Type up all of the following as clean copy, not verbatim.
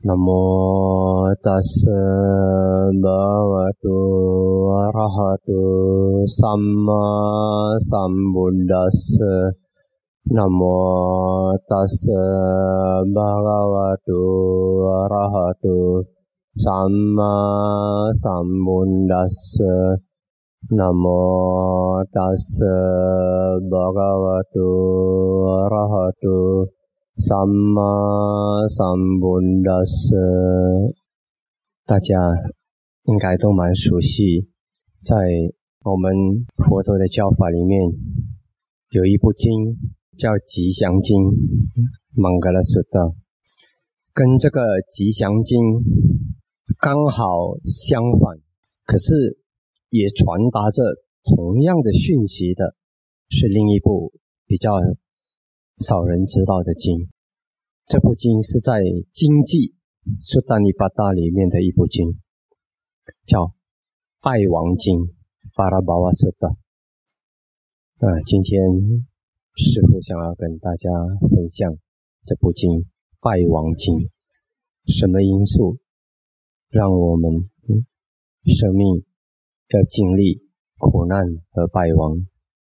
นะโมตัสสะภะคะวะโตอะระหะโตสัมมาสัมพุทธัสสะนะโมตัสสะภะคะวะโตอะระหะโตสัมมาสัมพุทธัสสะนะโมตัสสะภะคะวะโตอะระหะโตสัมมาสัมพุทธัสสะ大家应该都蛮熟悉，在我们佛陀的教法里面有一部经叫吉祥经 Mangala Sutta， 跟这个吉祥经刚好相反，可是也传达着同样的讯息的是另一部比较少人知道的经。这部经是在经记Sutta Nipata里面的一部经，叫拜王经 Parabhava Sutta。 今天师父想要跟大家分享这部经拜王经。什么因素让我们生命要经历苦难和败亡？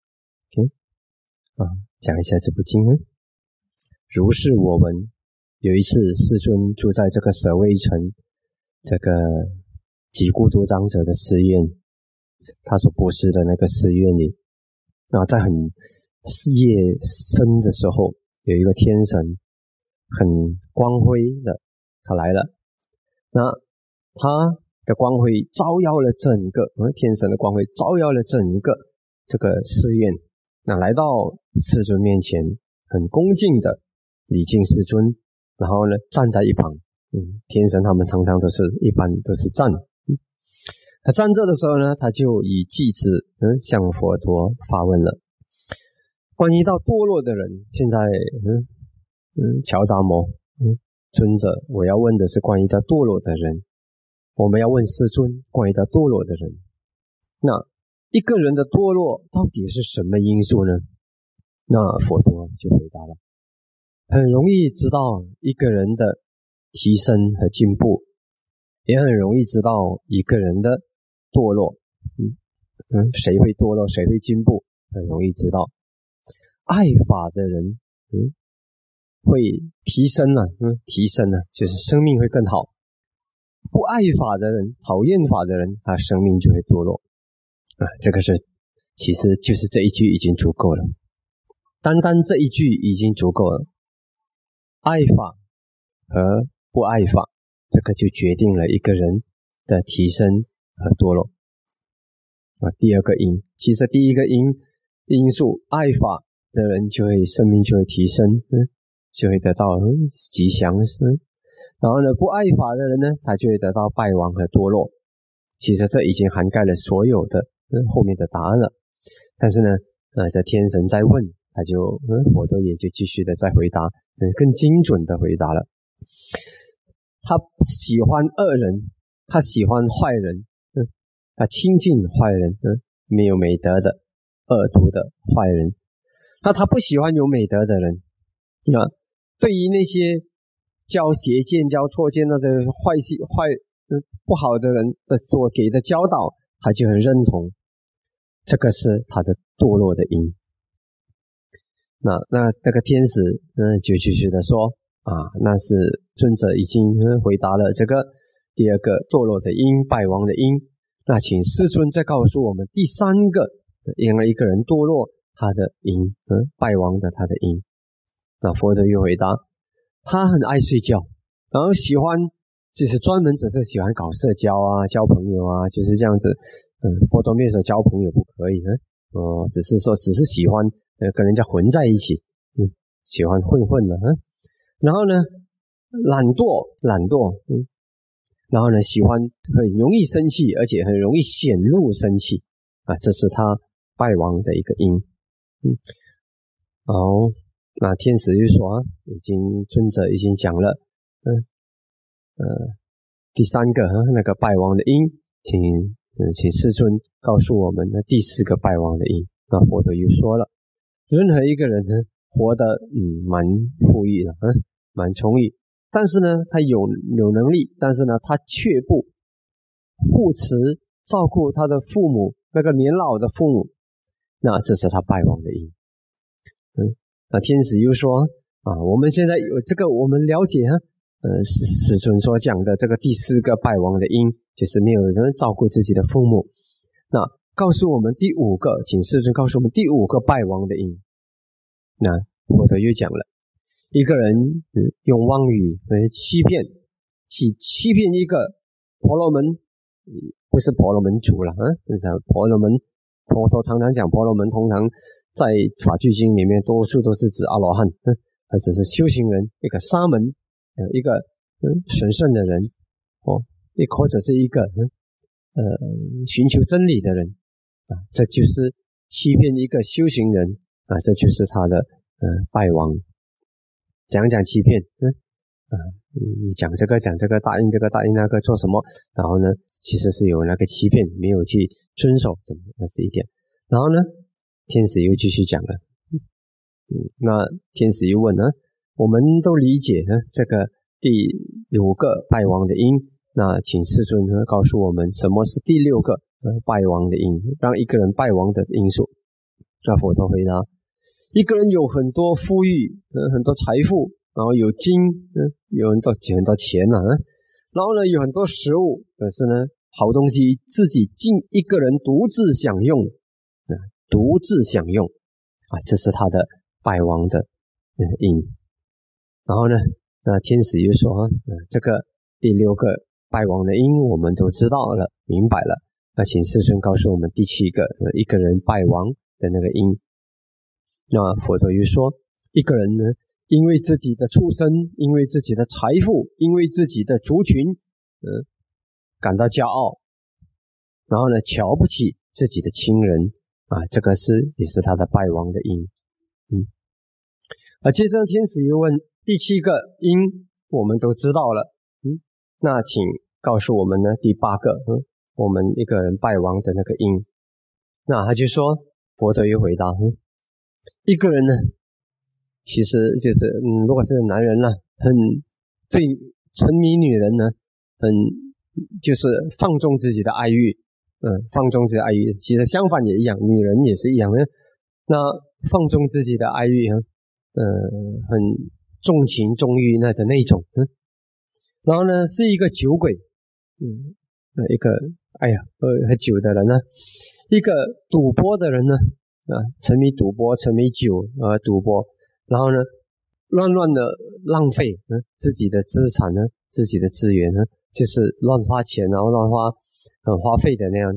讲一下这部经。如是我闻，有一次世尊住在这个舍卫城这个极孤独长者的寺院，他所布施的那个寺院里，在很夜深的时候，有一个天神很光辉的他来了，那他的光辉照耀了整个天神的光辉照耀了整个这个寺院，那来到世尊面前，很恭敬的礼敬世尊，然后呢站在一旁。天神他们常常一般都是站。他站着的时候呢，他就以偈子向佛陀发问了。关于到堕落的人，现在乔达摩尊者，我要问的是关于到堕落的人。我们要问世尊关于到堕落的人，那一个人的堕落到底是什么因素呢？那佛陀就回答了，很容易知道一个人的提升和进步，也很容易知道一个人的堕落。谁会堕落，谁会进步，很容易知道。爱法的人会提升提升就是生命会更好。不爱法的人，讨厌法的人，他生命就会堕落。这个其实就是这一句已经足够了，单单这一句已经足够了。爱法和不爱法，这个就决定了一个人的提升和堕落。第二个因，其实第一个因素，爱法的人生命就会提升，就会得到吉祥。然后呢，不爱法的人呢，他就会得到败亡和堕落。其实这已经涵盖了所有的后面的答案了。但是呢，这天神在问，他就佛陀也就继续的再回答，更精准的回答了。他喜欢恶人，他喜欢坏人，他亲近坏人，没有美德的恶毒的坏人。那他不喜欢有美德的人。对于那些教邪见、教错见那些不好的人的所给的教导，他就很认同，这个是他的堕落的因。那个天使就继续的说那是尊者已经回答了这个第二个堕落的因，败亡的因。那请世尊再告诉我们第三个，因为一个人堕落他的因，败亡的他的因。那佛陀又回答，他很爱睡觉，然后喜欢就是专门只是喜欢搞社交交朋友就是这样子。佛陀没有说交朋友不可以只是喜欢跟人家混在一起，喜欢混的然后呢懒惰，然后呢喜欢很容易生气，而且很容易显露生气这是他败亡的一个因。好，那天使就说尊者已经讲了第三个那个败亡的因，请世尊告诉我们的第四个败亡的因。那佛陀又说了，任何一个人活得蛮富裕的蛮充裕， 但是呢他有能力，但是呢他却不护持照顾他的父母，那个年老的父母，那这是他败亡的因。那天使又说我们现在有这个，我们了解师尊所讲的这个第4个败亡的因，就是没有人照顾自己的父母。那告诉我们第5个，请师尊告诉我们第5个败亡的因。那佛陀又讲了，一个人用妄语欺骗一个婆罗门，不是婆罗门主了婆罗门，佛陀常常讲婆罗门，通常在法句经里面多数都是指阿罗汉，或者是修行人，一个沙门，一个神圣的人或者是一个寻求真理的人这就是欺骗一个修行人这就是他的败亡。讲欺骗你讲这个答应这个答应那个做什么，然后呢其实是有那个欺骗，没有去遵守，那是一点。然后呢天使又继续讲了那天使又问我们都理解这个第5个败亡的因，那请世尊告诉我们什么是第6个败亡的因，让一个人败亡的因素。那佛陀回答，一个人有很多富裕很多财富，然后有金有很多钱然后呢有很多食物，可是呢好东西自己一个人独自享用这是他的败亡的因。然后呢那天使又说这个第6个败亡的因我们都知道了，明白了，那请世尊告诉我们第7个一个人败亡的那个因。那佛陀又说，一个人呢因为自己的出身，因为自己的财富，因为自己的族群感到骄傲，然后呢瞧不起自己的亲人这个也是他的败亡的因。接着天使又问，第7个因我们都知道了那请告诉我们呢第8个我们一个人败亡的那个因。那他就说，佛陀又回答一个人呢其实就是如果是男人很对沉迷女人呢很就是放纵自己的爱欲放纵自己的爱欲，其实相反也一样，女人也是一样的。那放纵自己的爱欲很重情重欲的那种然后呢是一个酒鬼一个喝酒的人呢，一个赌博的人呢沉迷赌博，沉迷酒赌博，然后呢乱的浪费自己的资产自己的资源就是乱花钱，然后乱花很花费的那样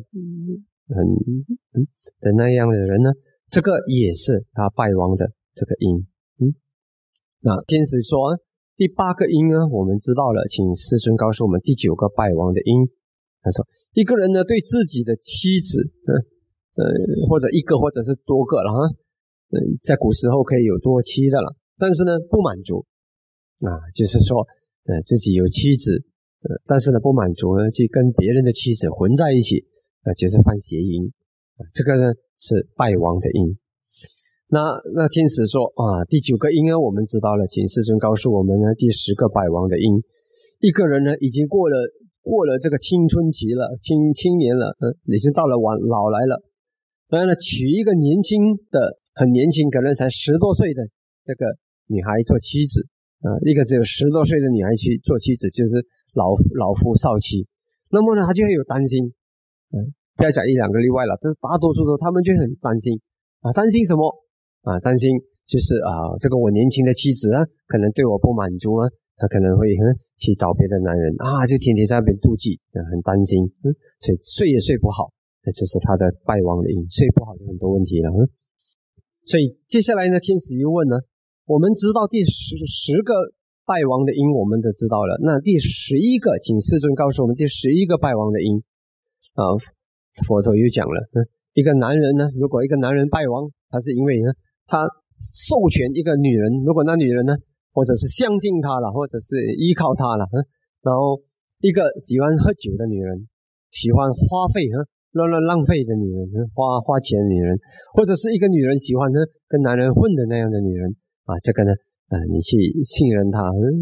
的那样的人呢，这个也是他败亡的这个因。那天使说第8个因呢我们知道了，请世尊告诉我们第9个败亡的因。他说一个人呢对自己的妻子或者一个或者是多个了在古时候可以有多妻的了，但是呢不满足就是说自己有妻子但是呢不满足去跟别人的妻子混在一起就是犯邪淫这个呢是败亡的因。那天使说第9个因我们知道了，请世尊告诉我们呢第10个败亡的因。一个人呢已经过了这个青春期了，青年了已经到了老来了，然后呢娶一个年轻的很年轻可能才10多岁的这个女孩做妻子一个只有10多岁的女孩去做妻子，就是老夫少妻。那么呢他就会有担心不要讲1-2个例外了，这是大多数都他们就很担心担心什么担心就是这个我年轻的妻子可能对我不满足他可能会去找别的男人就天天在那边妒忌很担心所以睡也睡不好，这是他的败亡的因，睡不好就很多问题了所以接下来呢天使又问呢，我们知道第10个败亡的因我们都知道了，那第11个请世尊告诉我们第11个败亡的因佛陀又讲了一个男人呢，如果一个男人败亡，他是因为呢他授权一个女人，如果那女人呢或者是相信他了，或者是依靠他了然后一个喜欢喝酒的女人，喜欢花费乱浪费的女人花钱的女人，或者是一个女人喜欢跟男人混的那样的女人这个呢你去信任她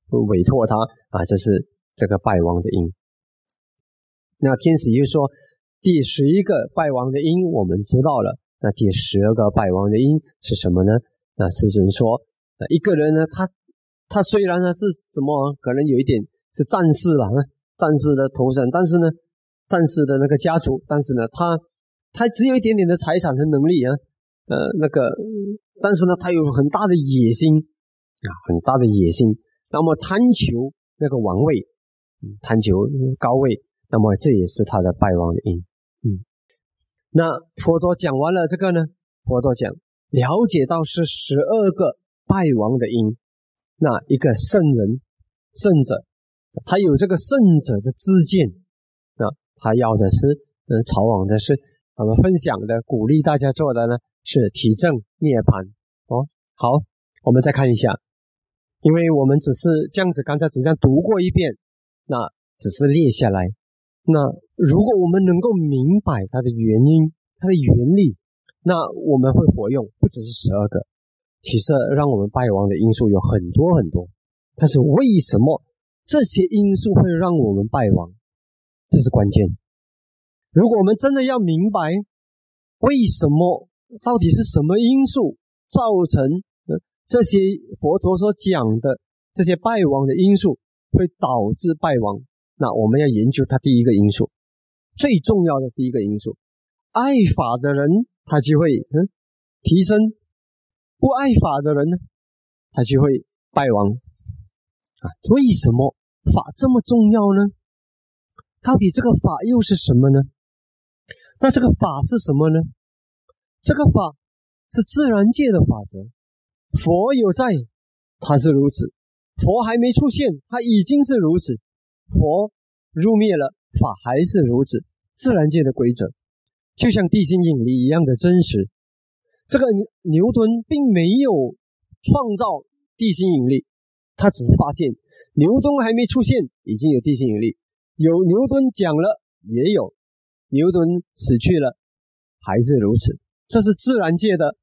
委托他这是这个败亡的因。那天使又说，第11个败亡的因我们知道了，那第12个败亡的因是什么呢？那师尊说，一个人呢，他虽然呢是什么，可能有一点是战士了，战士的头身，但是呢，战士的那个家族，但是呢，他只有一点点的财产和能力但是呢，他有很大的野心很大的野心，那么贪求那个王位，贪求高位，那么这也是他的败亡的因。那佛陀讲完了这个呢，佛陀讲了解到是12个败亡的因。那一个圣者，他有这个圣者的知见，那他要的是朝往的是我们分享的鼓励大家做的呢是体证涅槃。好，我们再看一下，因为我们只是这样子，刚才只这样读过一遍，那只是列下来。那如果我们能够明白它的原因，它的原理，那我们会活用不只是12个。其实让我们败亡的因素有很多很多，但是为什么这些因素会让我们败亡，这是关键。如果我们真的要明白为什么，到底是什么因素造成这些佛陀所讲的这些败亡的因素会导致败亡，那我们要研究它第一个因素，最重要的第一个因素。爱法的人他就会提升，不爱法的人呢，他就会败亡为什么法这么重要呢？到底这个法又是什么呢？那这个法是什么呢？这个法是自然界的法则，佛有在，他是如此；佛还没出现，他已经是如此；佛入灭了，法还是如此。自然界的规则就像地心引力一样的真实。这个牛顿并没有创造地心引力，他只是发现牛顿还没出现已经有地心引力，有牛顿讲了也有，牛顿死去了还是如此。这是自然界的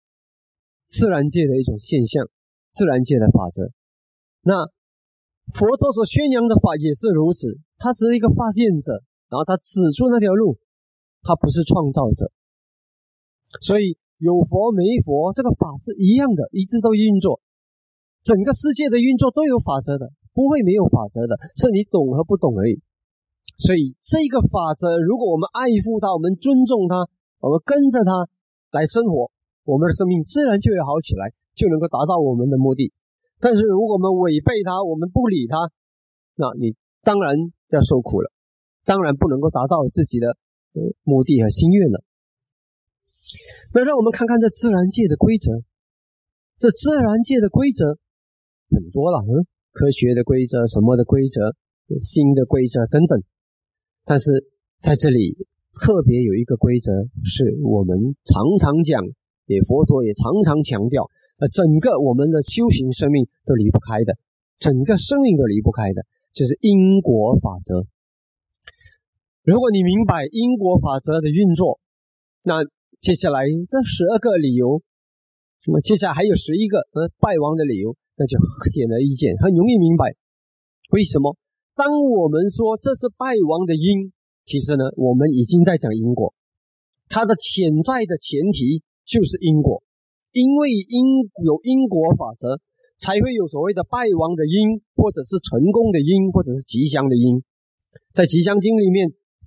一种现象，自然界的法则。那佛陀所宣扬的法也是如此，他只是一个发现者，然后他指出那条路，他不是创造者。所以有佛没佛，这个法是一样的，一直都运作。整个世界的运作都有法则的，不会没有法则的，是你懂和不懂而已。所以这个法则，如果我们爱护它，我们尊重它，我们跟着它来生活，我们的生命自然就会好起来，就能够达到我们的目的。但是如果我们违背它，我们不理它，那你当然要受苦了，当然不能够达到自己的目的和心愿了。那让我们看看这自然界的规则。这自然界的规则很多了，科学的规则，什么的规则，新的规则等等。但是在这里特别有一个规则是我们常常讲，佛陀也常常强调，整个我们的修行生命都离不开的，整个生命都离不开的，就是因果法则。如果你明白因果法则的运作，那接下来这12个理由，那么接下来还有11个败亡的理由，那就显而易见，很容易明白。为什么？当我们说这是败亡的因，其实呢，我们已经在讲因果，它的潜在的前提就是因果。因为有因果法则，才会有所谓的败亡的因，或者是成功的因，或者是吉祥的因。在吉祥经里面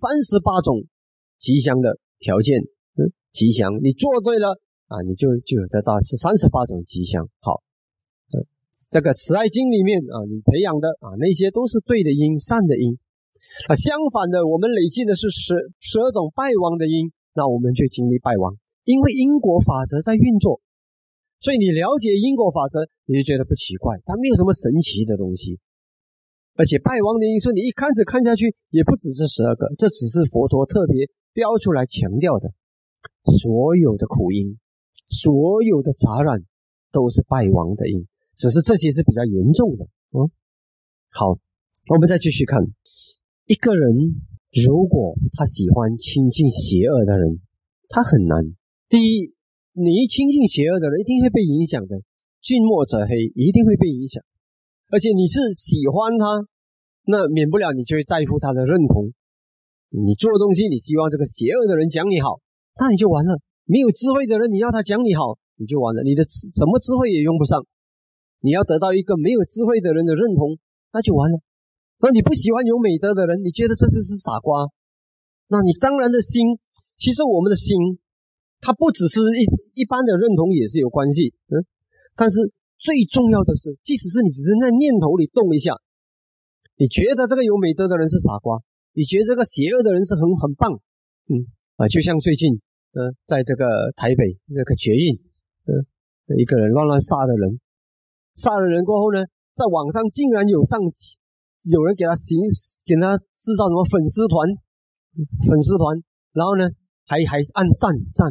38种吉祥的条件，吉祥你做对了你就有得到是38种吉祥。好，这个慈爱经里面你培养的那些都是对的因，善的因。相反的，我们累积的是12种败亡的因，那我们就经历败亡。因为因果法则在运作，所以你了解因果法则，你就觉得不奇怪，它没有什么神奇的东西。而且败亡的因素你一开始看下去也不只是12个，这只是佛陀特别标出来强调的。所有的苦因，所有的杂染都是败亡的因，只是这些是比较严重的。好，我们再继续看。一个人如果他喜欢亲近邪恶的人，他很难。第一，你一亲近邪恶的人一定会被影响的，近墨者黑，一定会被影响。 而且你是喜欢他，那免不了你就会在乎他的认同。你做东西你希望这个邪恶的人讲你好，那你就完了。没有智慧的人你要他讲你好，你就完了，你的什么智慧也用不上。你要得到一个没有智慧的人的认同，那就完了。那你不喜欢有美德的人，你觉得这是傻瓜，那你当然的心，其实我们的心它不只是一般的认同也是有关系，但是最重要的是，即使是你只是在念头里动一下，你觉得这个有美德的人是傻瓜，你觉得这个邪恶的人是很棒，就像最近在这个台北这个捷运，一个人乱杀的人，杀了人过后呢，在网上竟然有人给他制造什么粉丝团，然后呢还按赞，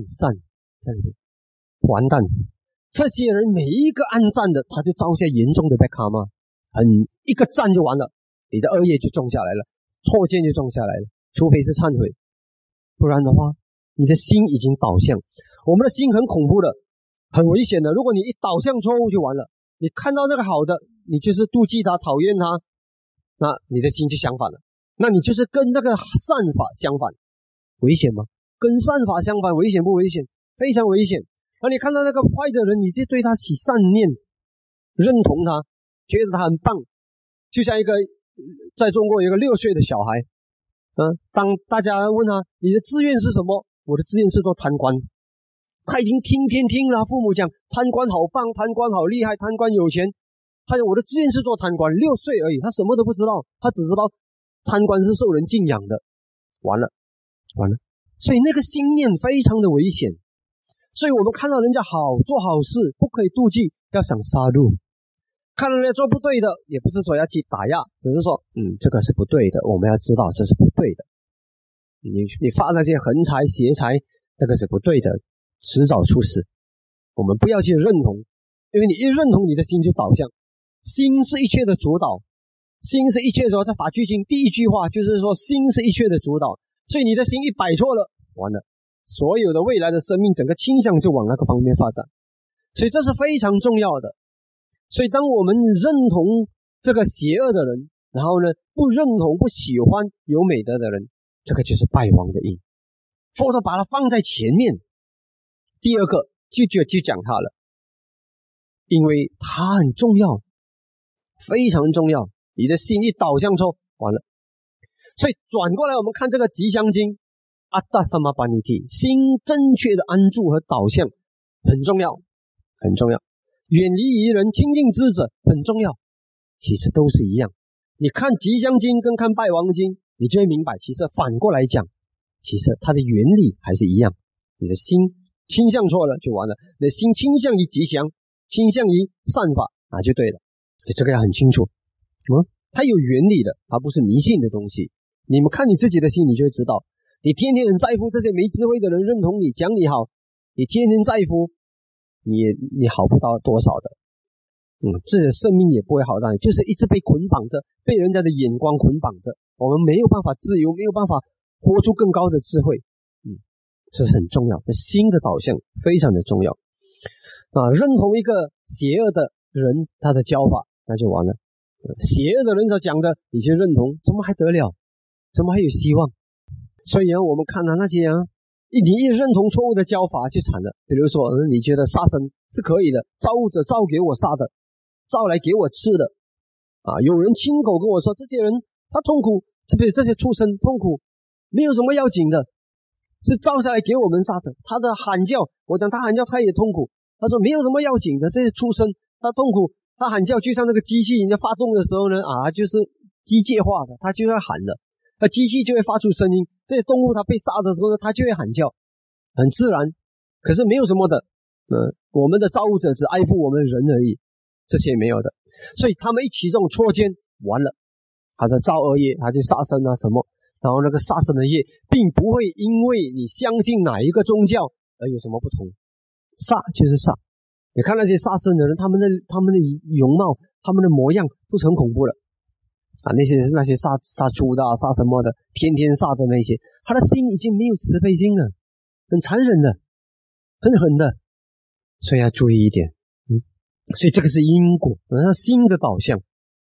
完蛋！这些人每一个按赞的，他就招下严重的bad karma，一个赞就完了，你的恶业就种下来了，错见就种下来了，除非是忏悔，不然的话，你的心已经导向。我们的心很恐怖的，很危险的。如果你一导向错误就完了，你看到那个好的，你就是妒忌他，讨厌他，那你的心就相反了，那你就是跟那个善法相反，危险吗？跟善法相反，危险不危险？非常危险。而你看到那个坏的人，你就对他起善念，认同他，觉得他很棒。就像在中国有一个6岁的小孩，当大家问他你的志愿是什么，我的志愿是做贪官。他已经天天听了父母讲贪官好棒，贪官好厉害，贪官有钱。他说我的志愿是做贪官，6岁而已，他什么都不知道，他只知道贪官是受人敬仰的。完了。所以那个心念非常的危险。所以我们看到人家做好事，不可以妒忌，要想杀戮。看到人家做不对的，也不是说要去打压，只是说这个是不对的，我们要知道这是不对的。你发那些横财邪财，这个是不对的，迟早出事。我们不要去认同，因为你一认同，你的心就导向。心是一切的主导，心是一切的，在法句经第一句话就是说心是一切的主导。所以你的心一摆错了，完了，所有的未来的生命整个倾向就往那个方面发展。所以这是非常重要的。所以当我们认同这个邪恶的人，然后呢不认同不喜欢有美德的人，这个就是败亡的因。佛陀把它放在前面，第二个就讲它了，因为它很重要，非常重要。你的心一导向错，完了。所以转过来我们看这个吉祥经，阿达萨玛巴尼提，心正确的安住和导向很重要，很重要。远离愚人，亲近智者很重要。其实都是一样。你看吉祥经跟看败亡经，你就会明白，其实反过来讲，其实它的原理还是一样。你的心倾向错了就完了，你的心倾向于吉祥，倾向于善法，那就对了。所以这个要很清楚，它有原理的，它不是迷信的东西。你们看你自己的心，你就会知道。你天天很在乎这些没智慧的人认同你，讲你好，你天天在乎，你好不到多少的。自己的生命也不会好到，就是一直被捆绑着，被人家的眼光捆绑着，我们没有办法自由，没有办法活出更高的智慧。这是很重要的，心的导向非常的重要。认同一个邪恶的人他的教法，那就完了。邪恶的人所讲的你去认同，怎么还得了？怎么还有希望？所以我们看到那些你一认同错误的教法就惨了。比如说你觉得杀生是可以的，造物者造给我杀的，造来给我吃的有人亲口跟我说这些人他痛苦，这些畜生痛苦没有什么要紧的，是造下来给我们杀的。他的喊叫，我讲他喊叫他也痛苦，他说没有什么要紧的，这些畜生他痛苦，他喊叫就像那个机器人家发动的时候呢就是机械化的，他就要喊的，那机器就会发出声音，这些动物它被杀的时候呢，它就会喊叫，很自然。可是没有什么的，我们的造物者只爱护我们人而已，这些没有的。所以他们一起这种错见，完了，他的造恶业，他就杀生什么，然后那个杀生的业并不会因为你相信哪一个宗教而有什么不同，杀就是杀。你看那些杀生的人，他们的容貌，他们的模样都是很恐怖的那些杀猪的杀什么的，天天杀的那些，他的心已经没有慈悲心了，很残忍的，很狠的。所以要注意一点。所以这个是因果，心的导向。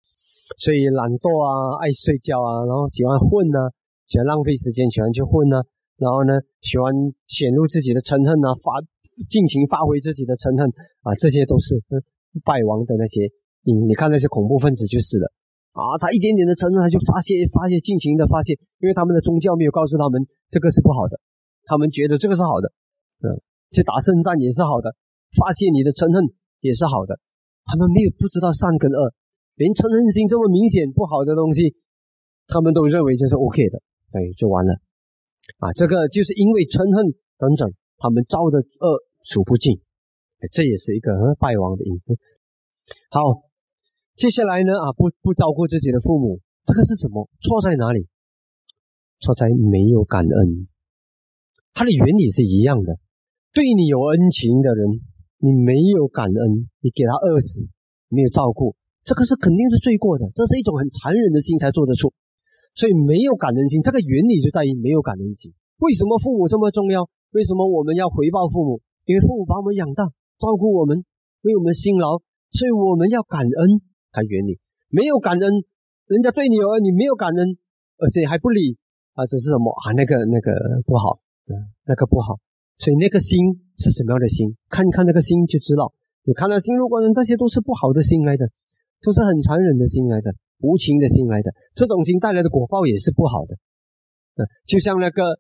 所以懒惰啊，爱睡觉啊，然后喜欢混啊，喜欢浪费时间，喜欢去混啊，然后呢，喜欢显露自己的嗔恨啊，尽情发挥自己的嗔恨啊，这些都是败亡的那些你看那些恐怖分子就是了啊，他一点点的嗔恨他就发泄，尽情的发泄，因为他们的宗教没有告诉他们这个是不好的，他们觉得这个是好的，去打胜战也是好的，发泄你的嗔恨也是好的，他们没有不知道善跟恶，连嗔恨心这么明显不好的东西，他们都认为这是 OK 的，对，就完了啊！这个就是因为嗔恨等等，他们造的恶数不尽，这也是一个败亡的因。好，接下来呢不照顾自己的父母，这个是什么？错在哪里？错在没有感恩。它的原理是一样的，对你有恩情的人，你没有感恩，你给他饿死，没有照顾，这个是肯定是罪过的，这是一种很残忍的心才做得出。所以没有感恩心，这个原理就在于没有感恩心。为什么父母这么重要？为什么我们要回报父母？因为父母把我们养大，照顾我们，为我们辛劳，所以我们要感恩。它原理没有感恩，人家对你有恩，你没有感恩，而且还不理啊，这是什么啊？那个不好，那个不好。所以那个心是什么样的心？看一看那个心就知道。你看到心如果这些都是不好的心来的，都是很残忍的心来的，无情的心来的，这种心带来的果报也是不好的。就像那个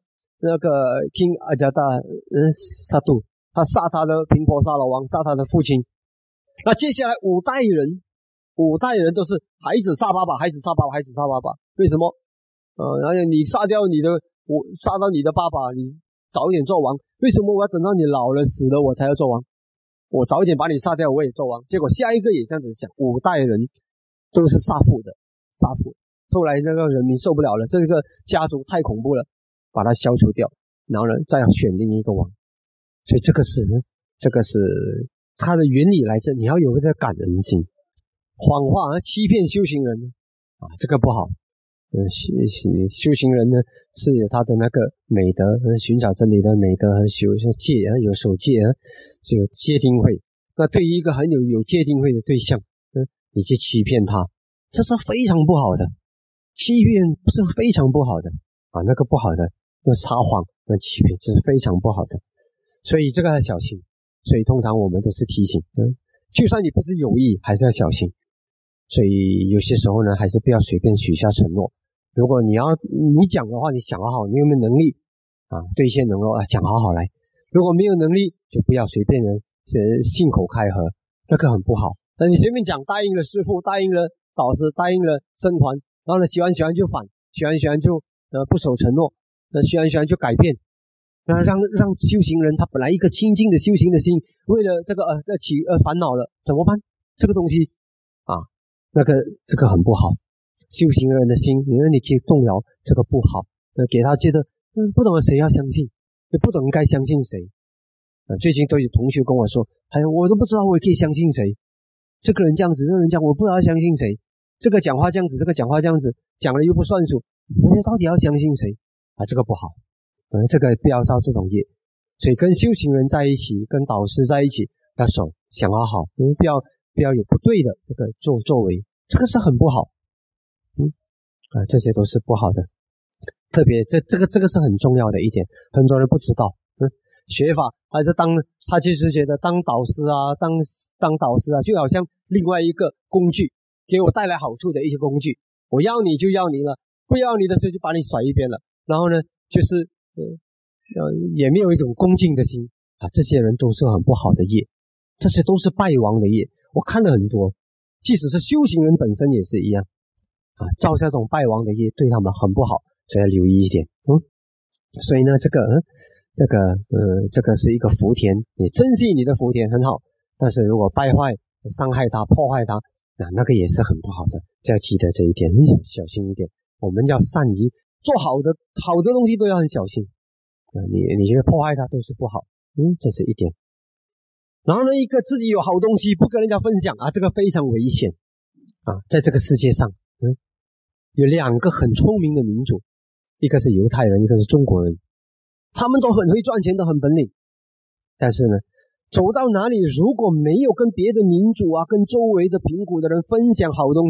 King Ajata 萨杜，他杀他的频婆沙老王，杀他的父亲。那接下来五代人都是孩子杀爸爸，孩子杀爸爸，孩子杀爸爸。为什么？然后你杀掉我杀到你的爸爸，你早一点做王。为什么我要等到你老了死了我才要做王？我早一点把你杀掉，我也做王。结果下一个也这样子想，五代人都是杀父的。后来那个人民受不了了，这个家族太恐怖了，把它消除掉，然后呢再选另一个王。所以这个是它的原理来自你要有这个感恩心。谎话欺骗修行人这个不好。修行人呢是有他的那个美德，寻找真理的美德和戒有守戒是有戒定慧。那对于一个很有戒定慧的对象，你去欺骗他，这是非常不好的。欺骗是非常不好的那个不好的，那撒谎那欺骗这是非常不好的。所以这个要小心。所以通常我们都是提醒，就算你不是有意，还是要小心。所以有些时候呢，还是不要随便许下承诺。如果你讲的话，你想好你有没有能力兑现承诺讲好来。如果没有能力，就不要随便信口开河，那个很不好。那你随便讲，答应了师父，答应了导师，答应了僧团，然后呢喜欢就反，喜欢就不守承诺，喜欢就改变。那让修行人他本来一个清净的修行的心，为了这个起烦恼了，怎么办？这个东西这个很不好。修行人的心，你去动摇，这个不好。给他觉得不懂谁要相信，也不懂该相信谁。最近都有同学跟我说，我都不知道我可以相信谁。这个人这样子，这个人这样，我不知道要相信谁。这个讲话这样子，这个讲话这样子，讲了又不算数，我到底要相信谁这个不好。这个不要造这种业。所以跟修行人在一起，跟导师在一起，要想好，不要有不对的这个作为，这个是很不好。这些都是不好的。特别这个是很重要的一点，很多人不知道。学法还是他就是觉得当导师当导师就好像另外一个工具，给我带来好处的一些工具，我要你就要你了，不要你的时候就把你甩一边了。然后呢就是也没有一种恭敬的心这些人都是很不好的业，这些都是败亡的业。我看了很多，即使是修行人本身也是一样造下这种败亡的业，对他们很不好，所以要留意一点。所以呢这个是一个福田，你珍惜你的福田很好，但是如果败坏伤害它破坏它那个也是很不好的，就要记得这一点，小心一点。我们要善于做好的东西都要很小心你觉得破坏它都是不好。这是一点。然后呢一个自己有好东西不跟人家分享这个非常危险在这个世界上有两个很聪明的民族，一个是犹太人，一个是中国人，他们都很会赚钱，都很本领，但是呢走到哪里如果没有跟别的民族跟周围的贫苦的人分享好东西，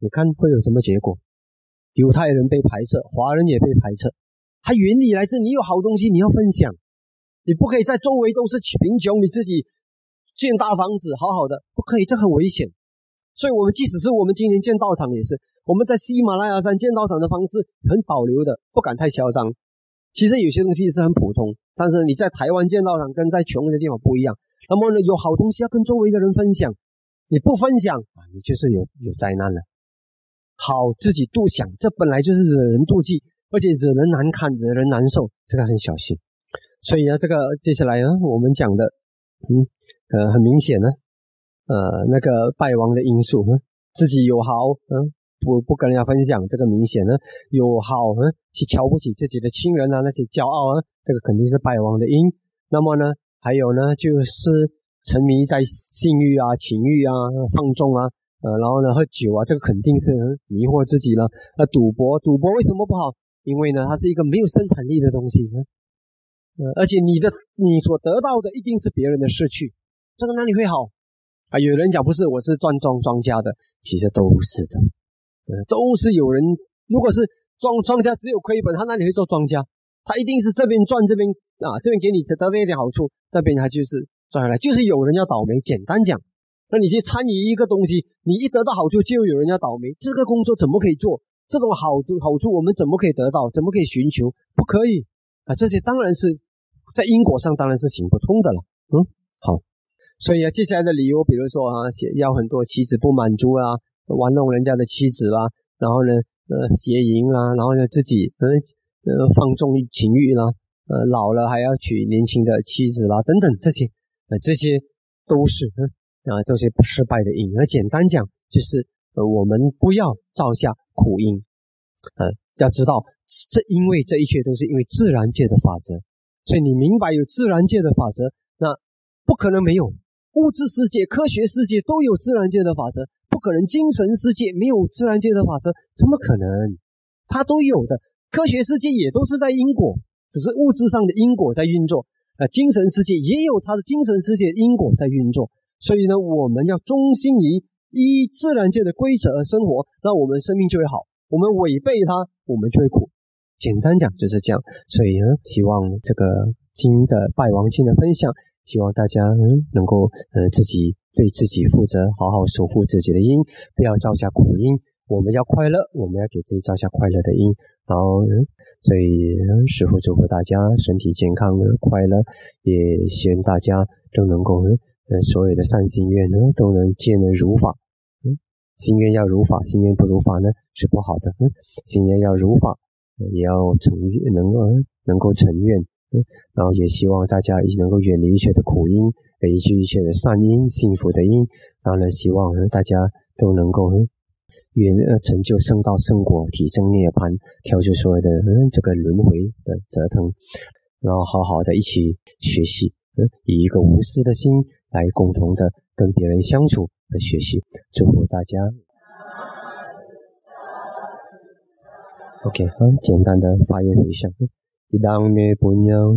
你看会有什么结果？犹太人被排斥，华人也被排斥。它原理来自你有好东西你要分享，你不可以在周围都是贫穷，你自己建大房子好好的，不可以，这很危险。所以我们即使是我们今年建道场也是，我们在喜马拉雅山建道场的方式很保留的，不敢太嚣张。其实有些东西是很普通，但是你在台湾建道场跟在穷的地方不一样。那么呢，有好东西要跟周围的人分享，你不分享你就是有灾难了。好自己独享，这本来就是惹人妒忌，而且惹人难堪，惹人难受，这个很小心。所以呢，这个接下来呢，我们讲的很明显呢，那个败亡的因素，自己有好不跟人家分享，这个明显呢，有好去瞧不起自己的亲人啊，那些骄傲这个肯定是败亡的因。那么呢，还有呢，就是沉迷在性欲啊、情欲啊、放纵啊，然后呢喝酒啊，这个肯定是迷惑自己了。赌博为什么不好？因为呢，它是一个没有生产力的东西，而且你所得到的一定是别人的失去，这个哪里会好啊？有人讲不是，我是赚庄家的，其实都是的，都是有人。如果是庄家只有亏本，他哪里会做庄家？他一定是这边赚这边这边给你得到一点好处，那边他就是赚回来，就是有人要倒霉。简单讲，那你去参与一个东西，你一得到好处就有人要倒霉，这个工作怎么可以做？这种好处我们怎么可以得到？怎么可以寻求？不可以这些当然是在因果上当然是行不通的了。好，所以接下来的理由，比如说要很多妻子不满足啊，玩弄人家的妻子啦，然后呢邪淫啦，然后呢自己放纵情欲啦，老了还要娶年轻的妻子啦，等等，这些都是都是失败的因。而简单讲就是我们不要造下苦因。要知道因为这一切都是因为自然界的法则，所以你明白有自然界的法则，那不可能没有。物质世界、科学世界都有自然界的法则，不可能精神世界没有自然界的法则，怎么可能？它都有的。科学世界也都是在因果，只是物质上的因果在运作，精神世界也有它的精神世界的因果在运作。所以呢，我们要忠心于依自然界的规则而生活，那我们生命就会好。我们违背它，我们就会苦。简单讲就是这样。所以呢，希望这个经的败亡经的分享，希望大家能够自己对自己负责，好好守护自己的因，不要造下苦因。我们要快乐，我们要给自己造下快乐的因。然后所以师父祝福大家身体健康快乐，也希望大家都能够所有的善心愿都能见得如法。心愿要如法，心愿不如法呢是不好的。心愿要如法，也要成愿，能够成愿。然后也希望大家能够远离一切的苦因，累积一切的善因、幸福的因。当然希望大家都能够成就圣道圣果，提升涅槃，跳出所有的这个轮回的折腾，然后好好的一起学习，以一个无私的心来共同的跟别人相处和学习。祝福大家。OK， 简单的发言回向。Idang me punyang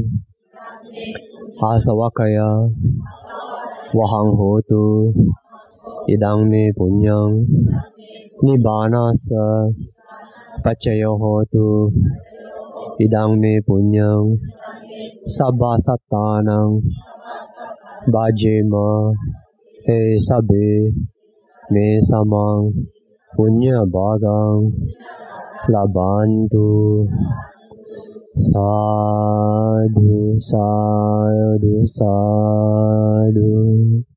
asawakaya wahang hotu idang me punyang nibbanasa pacayo hotu idang me punyang sabba sattanang bhajema he sabe me samang punya bhagang labantu sadhu sadhu sadhu